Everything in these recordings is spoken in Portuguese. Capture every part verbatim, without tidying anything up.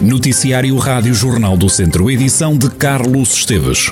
Noticiário Rádio Jornal do Centro, edição de Carlos Esteves.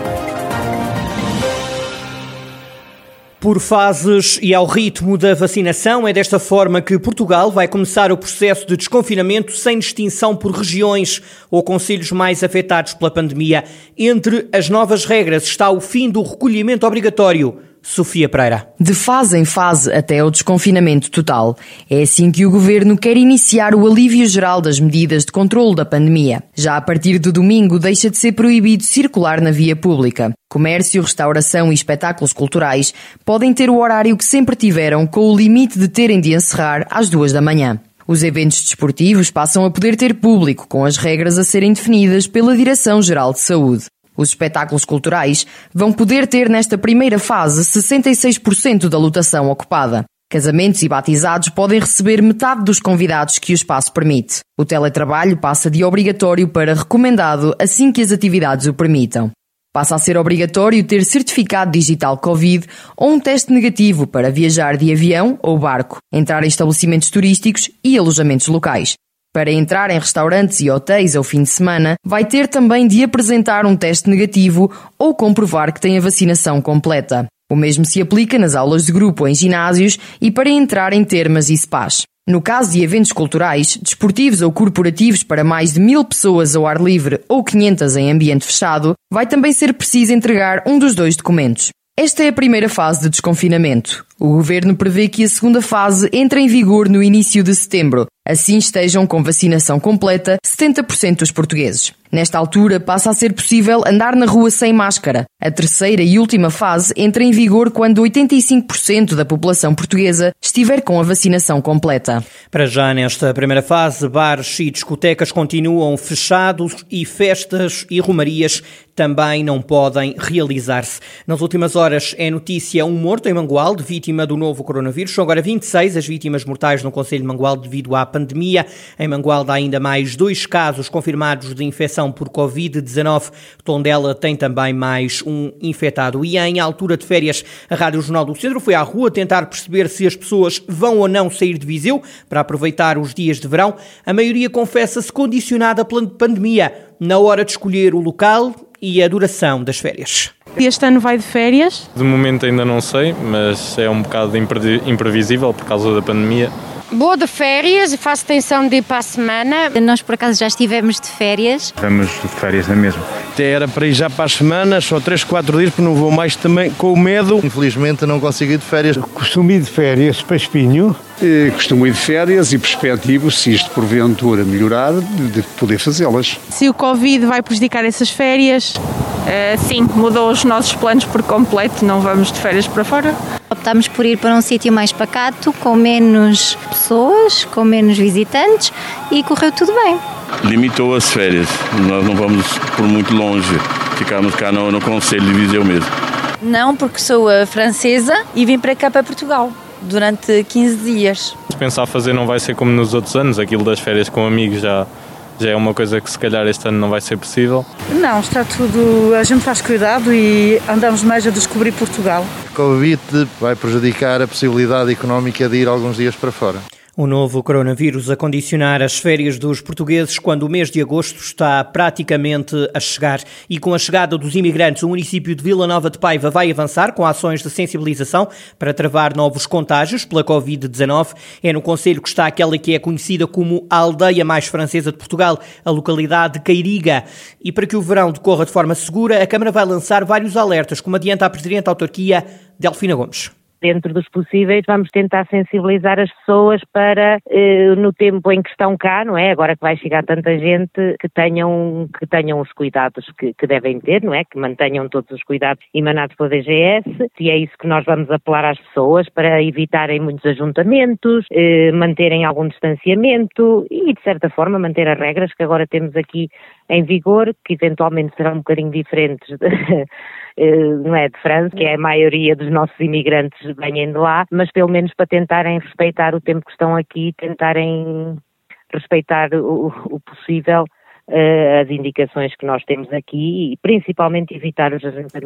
Por fases e ao ritmo da vacinação, é desta forma que Portugal vai começar o processo de desconfinamento sem distinção por regiões ou concelhos mais afetados pela pandemia. Entre as novas regras está o fim do recolhimento obrigatório. Sofia Pereira. De fase em fase até ao desconfinamento total. É assim que o Governo quer iniciar o alívio geral das medidas de controlo da pandemia. Já a partir de domingo deixa de ser proibido circular na via pública. Comércio, restauração e espetáculos culturais podem ter o horário que sempre tiveram, com o limite de terem de encerrar às duas da manhã. Os eventos desportivos passam a poder ter público, com as regras a serem definidas pela Direção-Geral de Saúde. Os espetáculos culturais vão poder ter nesta primeira fase sessenta e seis por cento da lotação ocupada. Casamentos e batizados podem receber metade dos convidados que o espaço permite. O teletrabalho passa de obrigatório para recomendado assim que as atividades o permitam. Passa a ser obrigatório ter certificado digital Covid ou um teste negativo para viajar de avião ou barco, entrar em estabelecimentos turísticos e alojamentos locais. Para entrar em restaurantes e hotéis ao fim de semana, vai ter também de apresentar um teste negativo ou comprovar que tem a vacinação completa. O mesmo se aplica nas aulas de grupo ou em ginásios e para entrar em termas e spas. No caso de eventos culturais, desportivos ou corporativos para mais de mil pessoas ao ar livre ou quinhentas em ambiente fechado, vai também ser preciso entregar um dos dois documentos. Esta é a primeira fase de desconfinamento. O Governo prevê que a segunda fase entre em vigor no início de setembro. Assim estejam com vacinação completa setenta por cento dos portugueses. Nesta altura passa a ser possível andar na rua sem máscara. A terceira e última fase entra em vigor quando oitenta e cinco por cento da população portuguesa estiver com a vacinação completa. Para já, nesta primeira fase, bares e discotecas continuam fechados e festas e romarias também não podem realizar-se. Nas últimas horas é notícia um morto em Mangualde, vítima do novo coronavírus. São agora vinte e seis as vítimas mortais no concelho de Mangualde devido à pandemia. Em Mangualde há ainda mais dois casos confirmados de infecção por covid dezenove. Tondela tem também mais um infectado. E em altura de férias, a Rádio Jornal do Centro foi à rua tentar perceber se as pessoas vão ou não sair de Viseu para aproveitar os dias de verão. A maioria confessa-se condicionada pela pandemia na hora de escolher o local e a duração das férias. Este ano vai de férias? De momento ainda não sei, mas é um bocado imprevisível por causa da pandemia. Boa de férias e faço intenção de ir para a semana. Nós por acaso já estivemos de férias. Vamos de férias na mesma. Até era para ir já para as semanas, só três, quatro dias, porque não vou mais também com o medo. Infelizmente não consigo ir de férias. Costumo ir de férias para Espinho. E costumo ir de férias e perspectivo, se isto porventura melhorar, de poder fazê-las. Se o Covid vai prejudicar essas férias? Uh, sim, mudou os nossos planos por completo, não vamos de férias para fora. Optámos por ir para um sítio mais pacato, com menos pessoas, com menos visitantes e correu tudo bem. Limitou as férias, nós não vamos por muito longe, ficamos cá no, no concelho de Viseu mesmo. Não, porque sou uh, francesa e vim para cá, para Portugal, durante quinze dias. Se pensar fazer não vai ser como nos outros anos, aquilo das férias com amigos já... Já é uma coisa que se calhar este ano não vai ser possível. Não, está tudo... A gente faz cuidado e andamos mais a descobrir Portugal. O Covid vai prejudicar a possibilidade económica de ir alguns dias para fora. O novo coronavírus a condicionar as férias dos portugueses quando o mês de agosto está praticamente a chegar. E com a chegada dos imigrantes, o município de Vila Nova de Paiva vai avançar com ações de sensibilização para travar novos contágios pela covid dezenove. É no concelho que está aquela que é conhecida como a aldeia mais francesa de Portugal, a localidade de Queiriga. E para que o verão decorra de forma segura, a Câmara vai lançar vários alertas, como adianta a Presidente da Autarquia, Delfina Gomes. Dentro dos possíveis, vamos tentar sensibilizar as pessoas para, eh, no tempo em que estão cá, não é? Agora que vai chegar tanta gente, que tenham, que tenham os cuidados que, que devem ter, não é? Que mantenham todos os cuidados emanados pela D G S, e é isso que nós vamos apelar às pessoas para evitarem muitos ajuntamentos, eh, manterem algum distanciamento e, de certa forma, manter as regras que agora temos aqui em vigor, que eventualmente serão um bocadinho diferentes de, não é, de França, que é a maioria dos nossos imigrantes vêm de lá, mas pelo menos para tentarem respeitar o tempo que estão aqui, tentarem respeitar o, o possível uh, as indicações que nós temos aqui e principalmente evitar os ajuntamentos.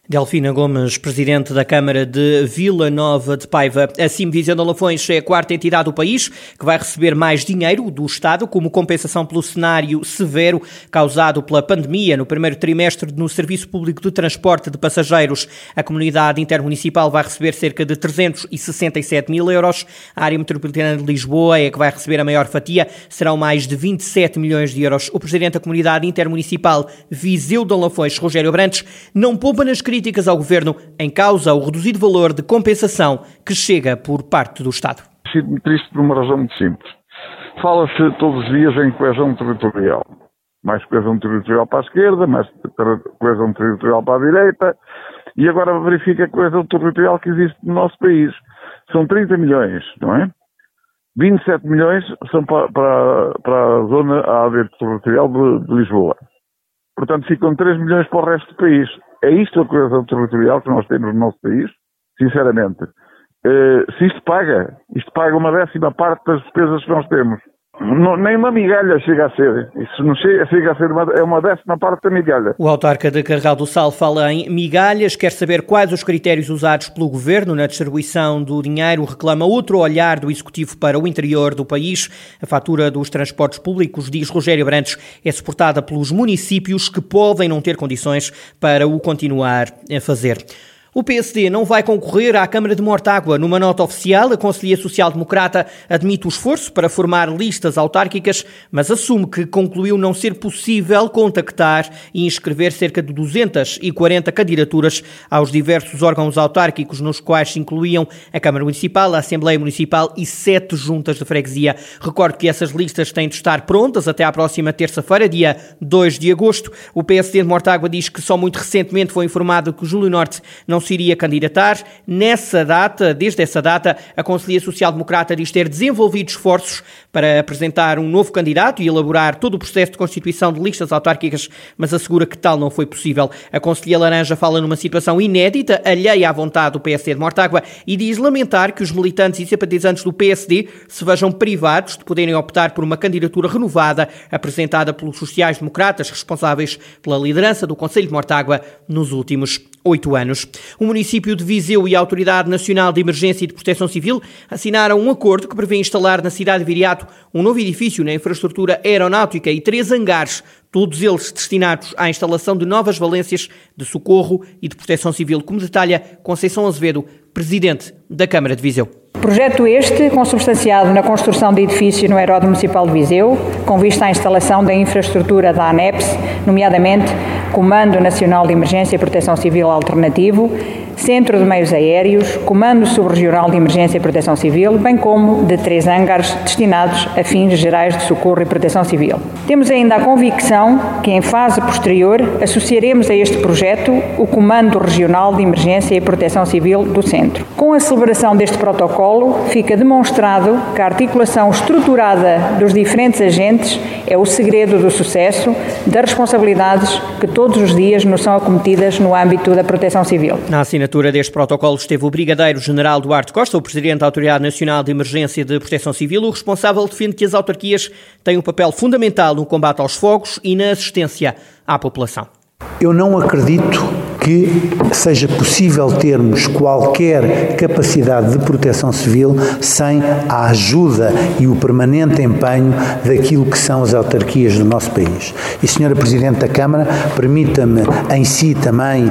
Delfina Gomes, presidente da Câmara de Vila Nova de Paiva. A Cimvisão de Lafões é a quarta entidade do país que vai receber mais dinheiro do Estado como compensação pelo cenário severo causado pela pandemia no primeiro trimestre no Serviço Público de Transporte de Passageiros. A comunidade intermunicipal vai receber cerca de trezentos e sessenta e sete mil euros. A área metropolitana de Lisboa é que vai receber a maior fatia, serão mais de vinte e sete milhões de euros. O presidente da comunidade intermunicipal Viseu de Lafões, Rogério Brantes, não poupa nas críticas críticas ao Governo em causa o reduzido valor de compensação que chega por parte do Estado. Sinto-me triste por uma razão muito simples. Fala-se todos os dias em coesão territorial. Mais coesão territorial para a esquerda, mais coesão territorial para a direita, e agora verifica a coesão territorial que existe no nosso país. São trinta milhões, não é? vinte e sete milhões são para, para, para a zona, a área territorial de, de Lisboa. Portanto, ficam três milhões para o resto do país. É isto a coesão territorial que nós temos no nosso país? Sinceramente. Uh, se isto paga, isto paga uma décima parte das despesas que nós temos. Não, nem uma migalha chega a ser. Isso não chega, chega a ser uma, é uma décima parte da migalha. O autarca de Carregal do Sal fala em migalhas, quer saber quais os critérios usados pelo Governo na distribuição do dinheiro, reclama outro olhar do Executivo para o interior do país. A fatura dos transportes públicos, diz Rogério Brantes, é suportada pelos municípios que podem não ter condições para o continuar a fazer. O P S D não vai concorrer à Câmara de Mortágua. Numa nota oficial, a Conselhia Social Democrata admite o esforço para formar listas autárquicas, mas assume que concluiu não ser possível contactar e inscrever cerca de duzentas e quarenta candidaturas aos diversos órgãos autárquicos, nos quais se incluíam a Câmara Municipal, a Assembleia Municipal e sete juntas de freguesia. Recordo que essas listas têm de estar prontas até à próxima terça-feira, dia dois de agosto. O P S D de Mortágua diz que só muito recentemente foi informado que Júlio Norte não se iria candidatar. Nessa data, desde essa data, a Conselhia Social Democrata diz ter desenvolvido esforços para apresentar um novo candidato e elaborar todo o processo de constituição de listas autárquicas, mas assegura que tal não foi possível. A Conselhia Laranja fala numa situação inédita, alheia à vontade do P S D de Mortágua, e diz lamentar que os militantes e simpatizantes do P S D se vejam privados de poderem optar por uma candidatura renovada apresentada pelos sociais-democratas responsáveis pela liderança do Conselho de Mortágua nos últimos oito anos. O município de Viseu e a Autoridade Nacional de Emergência e de Proteção Civil assinaram um acordo que prevê instalar na cidade de Viriato um novo edifício na infraestrutura aeronáutica e três hangares, todos eles destinados à instalação de novas valências de socorro e de proteção civil, como detalha Conceição Azevedo, presidente da Câmara de Viseu. Projeto este consubstanciado na construção de edifício no Aeródromo Municipal de Viseu, com vista à instalação da infraestrutura da ANEPS, nomeadamente Comando Nacional de Emergência e Proteção Civil Alternativo, Centro de Meios Aéreos, Comando Subregional de Emergência e Proteção Civil, bem como de três hangares destinados a fins gerais de socorro e proteção civil. Temos ainda a convicção que, em fase posterior, associaremos a este projeto o Comando Regional de Emergência e Proteção Civil do Centro. Com a celebração deste protocolo, fica demonstrado que a articulação estruturada dos diferentes agentes é o segredo do sucesso das responsabilidades que todos os dias nos são acometidas no âmbito da proteção civil. Na assinatura deste protocolo esteve o Brigadeiro-General Duarte Costa, o Presidente da Autoridade Nacional de Emergência e de Proteção Civil. O responsável defende que as autarquias têm um papel fundamental no combate aos fogos e na assistência à população. Eu não acredito que seja possível termos qualquer capacidade de proteção civil sem a ajuda e o permanente empenho daquilo que são as autarquias do nosso país. E, senhora Presidente da Câmara, permita-me em si também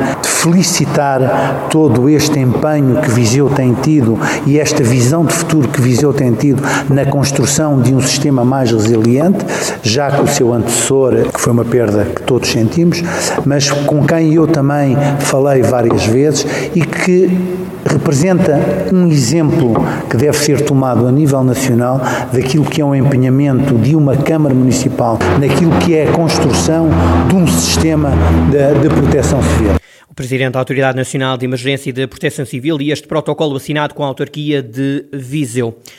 felicitar todo este empenho que Viseu tem tido e esta visão de futuro que Viseu tem tido na construção de um sistema mais resiliente, já que o seu antecessor, que foi uma perda que todos sentimos, mas com quem eu também falei várias vezes e que representa um exemplo que deve ser tomado a nível nacional daquilo que é um empenhamento de uma Câmara Municipal, naquilo que é a construção de um sistema de, de proteção civil. O Presidente da Autoridade Nacional de Emergência e de Proteção Civil e este protocolo assinado com a autarquia de Viseu.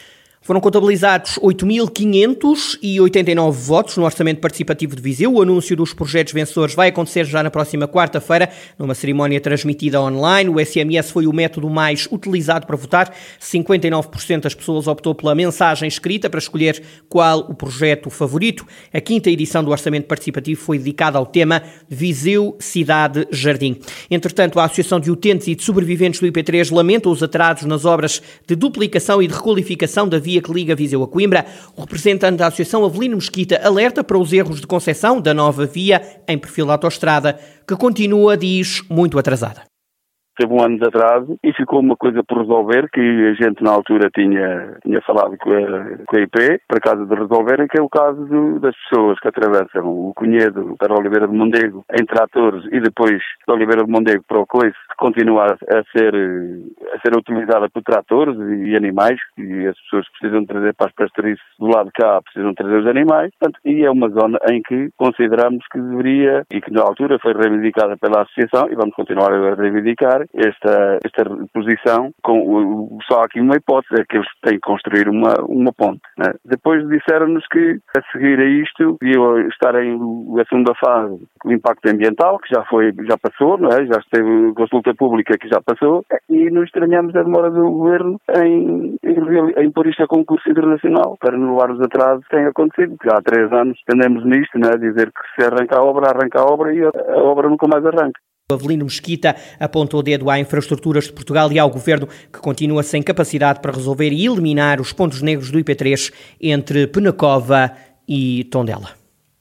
Foram contabilizados oito mil quinhentos e oitenta e nove votos no Orçamento Participativo de Viseu. O anúncio dos projetos vencedores vai acontecer já na próxima quarta-feira, numa cerimónia transmitida online. O S M S foi o método mais utilizado para votar. cinquenta e nove por cento das pessoas optou pela mensagem escrita para escolher qual o projeto favorito. A quinta edição do Orçamento Participativo foi dedicada ao tema Viseu Cidade Jardim. Entretanto, a Associação de Utentes e de Sobreviventes do I P três lamenta os atrasos nas obras de duplicação e de requalificação da via que liga Viseu a Coimbra. O representante da Associação, Avelino Mesquita, alerta para os erros de concepção da nova via em perfil de autoestrada, que continua, diz, muito atrasada. Teve um ano de atraso e ficou uma coisa por resolver que a gente na altura tinha, tinha falado com a, com a I P, para caso de resolverem, que é o caso do, das pessoas que atravessam o Cunhedo para Oliveira de Mondego em tratores e depois de Oliveira de Mondego para o Coice, que continua a ser, a ser utilizada por tratores e animais, e as pessoas precisam de trazer para as pastorices do lado de cá, precisam de trazer os animais. Portanto, e é uma zona em que consideramos que deveria, e que na altura foi reivindicada pela Associação, e vamos continuar a reivindicar, Esta, esta posição, com, só aqui uma hipótese, é que eles têm que construir uma, uma ponte. Né? Depois disseram-nos que, a seguir a isto, iam estar em a segunda fase, o impacto ambiental, que já foi, já passou, não é? Já esteve consulta pública que já passou, e nos estranhamos a demora do Governo em, em, em pôr isto a concurso internacional, para anular os atrasos que têm acontecido, que há três anos andamos nisto, não é? Dizer que se arranca a obra, arranca a obra e a, a obra nunca mais arranca. Avelino Mesquita apontou o dedo à Infraestruturas de Portugal e ao Governo, que continua sem capacidade para resolver e eliminar os pontos negros do I P três entre Penacova e Tondela.